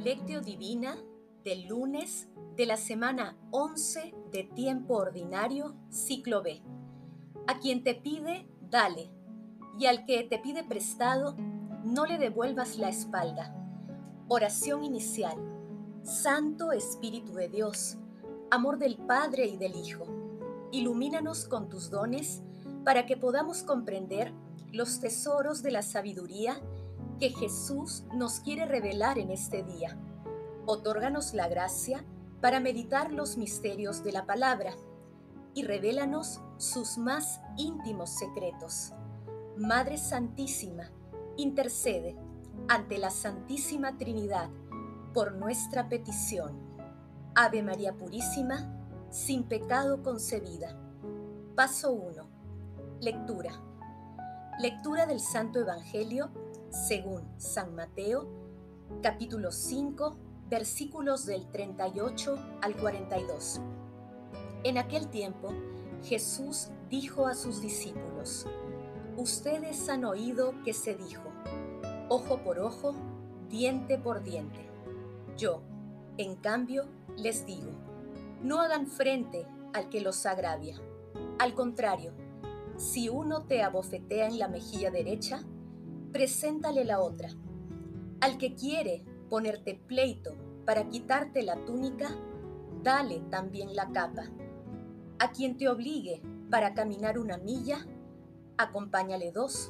Lectio Divina del lunes de la semana 11 de tiempo ordinario, ciclo B. A quien te pide, dale, y al que te pide prestado, no le devuelvas la espalda. Oración inicial. Santo Espíritu de Dios, amor del Padre y del Hijo, ilumínanos con tus dones para que podamos comprender los tesoros de la sabiduría que Jesús nos quiere revelar en este día. Otórganos la gracia para meditar los misterios de la palabra y revélanos sus más íntimos secretos. Madre Santísima, intercede ante la Santísima Trinidad por nuestra petición. Ave María Purísima, sin pecado concebida. Paso 1. Lectura. Lectura del Santo Evangelio según San Mateo, capítulo 5, versículos del 38 al 42. En aquel tiempo, Jesús dijo a sus discípulos: Ustedes han oído que se dijo, ojo por ojo, diente por diente. Yo, en cambio, les digo, no hagan frente al que los agravia. Al contrario, si uno te abofetea en la mejilla derecha, preséntale la otra. Al que quiere ponerte pleito para quitarte la túnica, dale también la capa. A quien te obligue para caminar una milla, acompáñale 2.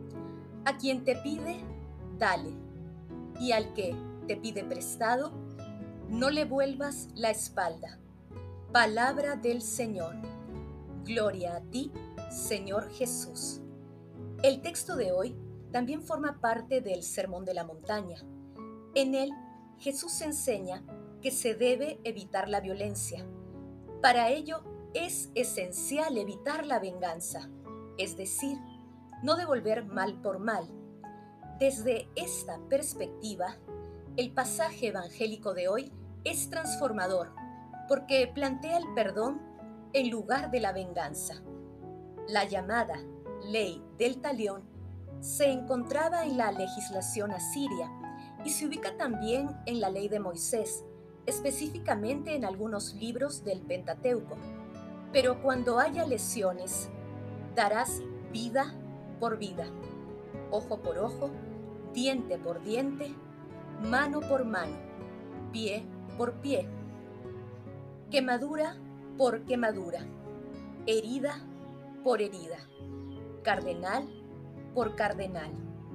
A quien te pide, dale. Y al que te pide prestado, no le vuelvas la espalda. Palabra del Señor. Gloria a ti, Señor Jesús. El texto de hoy también forma parte del Sermón de la Montaña. En él, Jesús enseña que se debe evitar la violencia. Para ello, es esencial evitar la venganza, es decir, no devolver mal por mal. Desde esta perspectiva, el pasaje evangélico de hoy es transformador, porque plantea el perdón en lugar de la venganza. La llamada ley del talión se encontraba en la legislación asiria y se ubica también en la ley de Moisés, específicamente en algunos libros del Pentateuco. Pero cuando haya lesiones, darás vida por vida, ojo por ojo, diente por diente, mano por mano, pie por pie, quemadura por quemadura, herida por herida, cardenal por cardenal.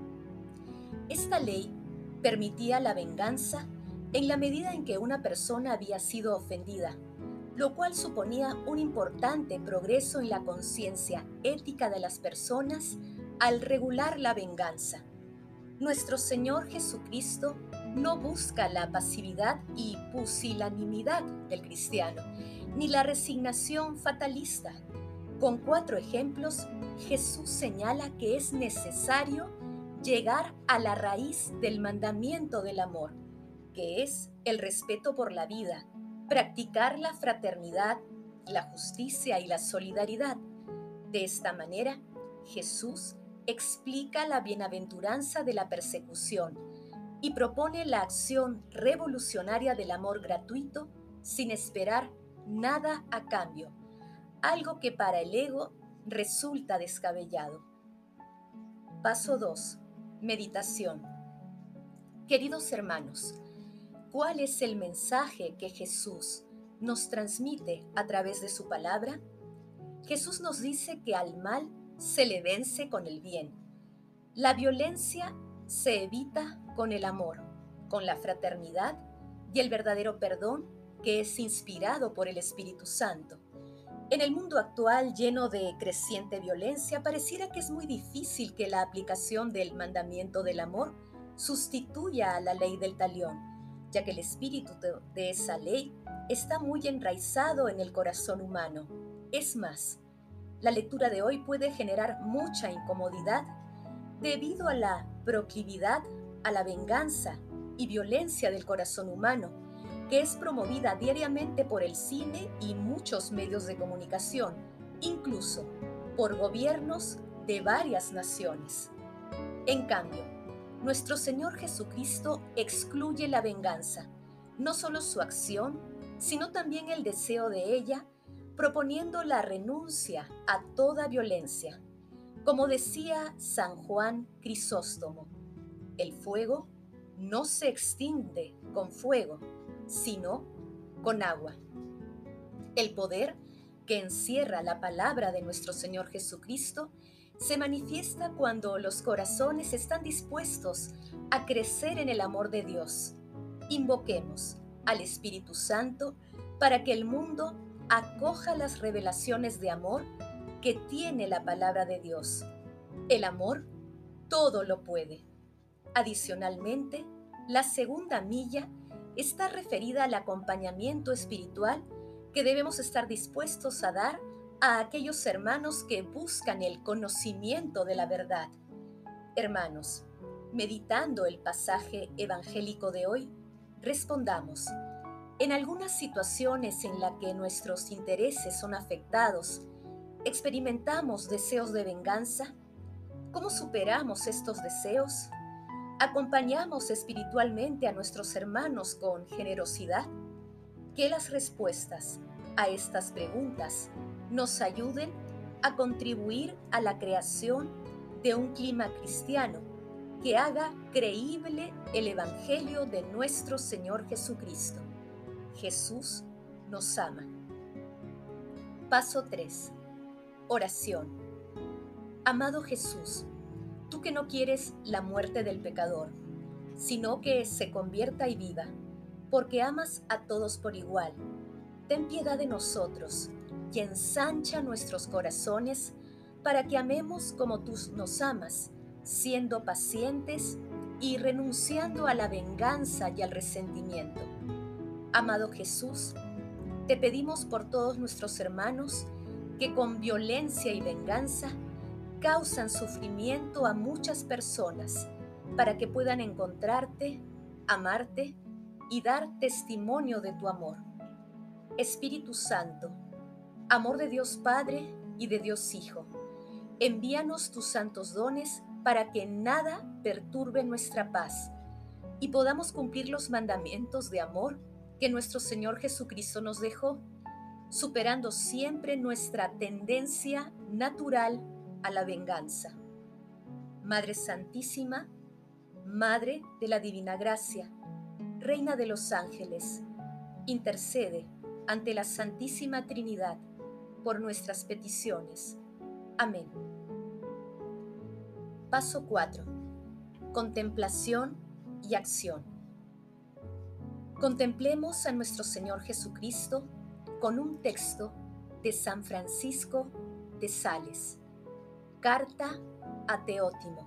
Esta ley permitía la venganza en la medida en que una persona había sido ofendida, lo cual suponía un importante progreso en la conciencia ética de las personas al regular la venganza. Nuestro Señor Jesucristo no busca la pasividad y pusilanimidad del cristiano, ni la resignación fatalista. Con 4 ejemplos, Jesús señala que es necesario llegar a la raíz del mandamiento del amor, que es el respeto por la vida, practicar la fraternidad, la justicia y la solidaridad. De esta manera, Jesús explica la bienaventuranza de la persecución y propone la acción revolucionaria del amor gratuito sin esperar nada a cambio, algo que para el ego resulta descabellado. Paso 2. Meditación. Queridos hermanos, ¿cuál es el mensaje que Jesús nos transmite a través de su palabra? Jesús nos dice que al mal se le vence con el bien. La violencia se evita con el amor, con la fraternidad y el verdadero perdón que es inspirado por el Espíritu Santo. En el mundo actual lleno de creciente violencia, pareciera que es muy difícil que la aplicación del mandamiento del amor sustituya a la ley del talión, ya que el espíritu de esa ley está muy enraizado en el corazón humano. Es más, la lectura de hoy puede generar mucha incomodidad debido a la proclividad a la venganza y violencia del corazón humano, que es promovida diariamente por el cine y muchos medios de comunicación, incluso por gobiernos de varias naciones. En cambio, Nuestro Señor Jesucristo excluye la venganza, no solo su acción, sino también el deseo de ella, proponiendo la renuncia a toda violencia. Como decía San Juan Crisóstomo, el fuego no se extingue con fuego, sino con agua. El poder que encierra la palabra de nuestro Señor Jesucristo se manifiesta cuando los corazones están dispuestos a crecer en el amor de Dios. Invoquemos al Espíritu Santo para que el mundo acoja las revelaciones de amor que tiene la palabra de Dios. El amor todo lo puede. Adicionalmente, la segunda milla está referida al acompañamiento espiritual que debemos estar dispuestos a dar a aquellos hermanos que buscan el conocimiento de la verdad. Hermanos, meditando el pasaje evangélico de hoy, respondamos: en algunas situaciones en las que nuestros intereses son afectados, ¿experimentamos deseos de venganza? ¿Cómo superamos estos deseos? ¿Acompañamos espiritualmente a nuestros hermanos con generosidad? Que las respuestas a estas preguntas nos ayuden a contribuir a la creación de un clima cristiano que haga creíble el Evangelio de nuestro Señor Jesucristo. Jesús nos ama. Paso 3. Oración. Amado Jesús, tú que no quieres la muerte del pecador, sino que se convierta y viva, porque amas a todos por igual, ten piedad de nosotros y ensancha nuestros corazones para que amemos como tú nos amas, siendo pacientes y renunciando a la venganza y al resentimiento. Amado Jesús, te pedimos por todos nuestros hermanos que con violencia y venganza causan sufrimiento a muchas personas para que puedan encontrarte, amarte y dar testimonio de tu amor. Espíritu Santo, amor de Dios Padre y de Dios Hijo, envíanos tus santos dones para que nada perturbe nuestra paz y podamos cumplir los mandamientos de amor que nuestro Señor Jesucristo nos dejó, superando siempre nuestra tendencia natural a la venganza. Madre Santísima, Madre de la Divina Gracia, Reina de los Ángeles, intercede ante la Santísima Trinidad por nuestras peticiones. Amén. Paso 4. Contemplación y acción. Contemplemos a nuestro Señor Jesucristo con un texto de San Francisco de Sales. Carta a Teótimo.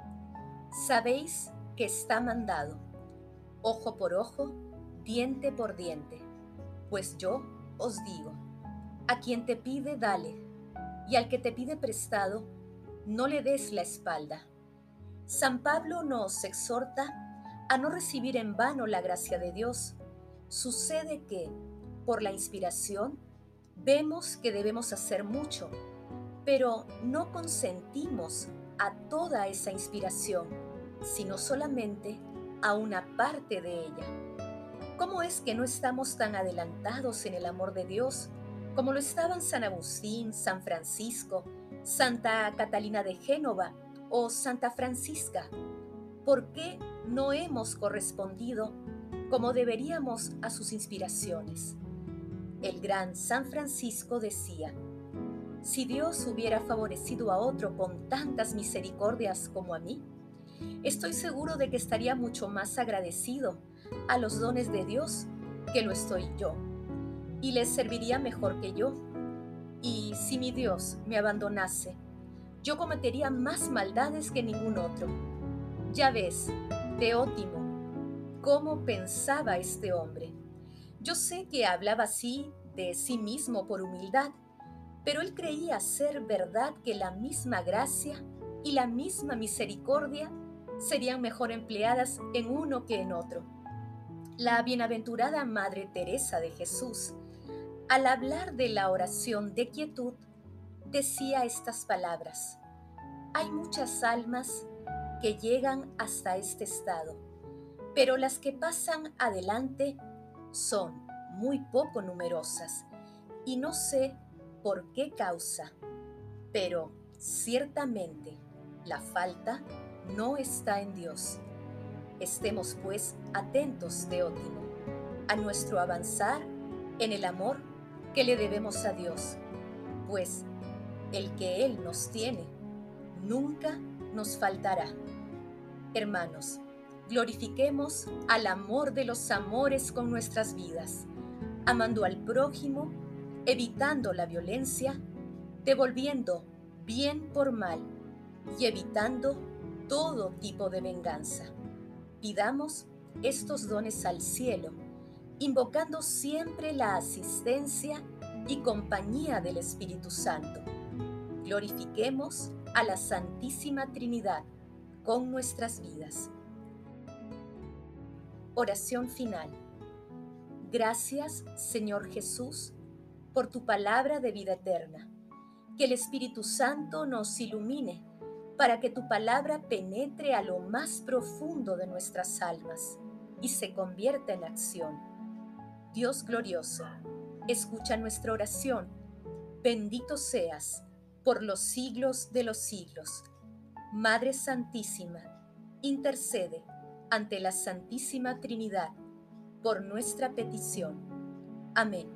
Sabéis que está mandado, ojo por ojo, diente por diente. Pues yo os digo, a quien te pide, dale, y al que te pide prestado, no le des la espalda. San Pablo nos exhorta a no recibir en vano la gracia de Dios. Sucede que, por la inspiración, vemos que debemos hacer mucho, pero no consentimos a toda esa inspiración, sino solamente a una parte de ella. ¿Cómo es que no estamos tan adelantados en el amor de Dios como lo estaban San Agustín, San Francisco, Santa Catalina de Génova o Santa Francisca? ¿Por qué no hemos correspondido como deberíamos a sus inspiraciones? El gran San Francisco decía: si Dios hubiera favorecido a otro con tantas misericordias como a mí, estoy seguro de que estaría mucho más agradecido a los dones de Dios que lo estoy yo, y les serviría mejor que yo. Y si mi Dios me abandonase, yo cometería más maldades que ningún otro. Ya ves, Teótimo, cómo pensaba este hombre. Yo sé que hablaba así de sí mismo por humildad, pero él creía ser verdad que la misma gracia y la misma misericordia serían mejor empleadas en uno que en otro. La bienaventurada Madre Teresa de Jesús, al hablar de la oración de quietud, decía estas palabras: hay muchas almas que llegan hasta este estado, pero las que pasan adelante son muy poco numerosas y no sé por qué causa, pero ciertamente la falta no está en Dios. Estemos pues atentos, Teótimo, a nuestro avanzar en el amor que le debemos a Dios, pues el que Él nos tiene nunca nos faltará. Hermanos, glorifiquemos al amor de los amores con nuestras vidas, amando al prójimo, evitando la violencia, devolviendo bien por mal y evitando todo tipo de venganza. Pidamos estos dones al cielo, invocando siempre la asistencia y compañía del Espíritu Santo. Glorifiquemos a la Santísima Trinidad con nuestras vidas. Oración final. Gracias, Señor Jesús, por tu palabra de vida eterna. Que el Espíritu Santo nos ilumine para que tu palabra penetre a lo más profundo de nuestras almas y se convierta en acción. Dios glorioso, escucha nuestra oración. Bendito seas por los siglos de los siglos. Madre Santísima, intercede ante la Santísima Trinidad por nuestra petición. Amén.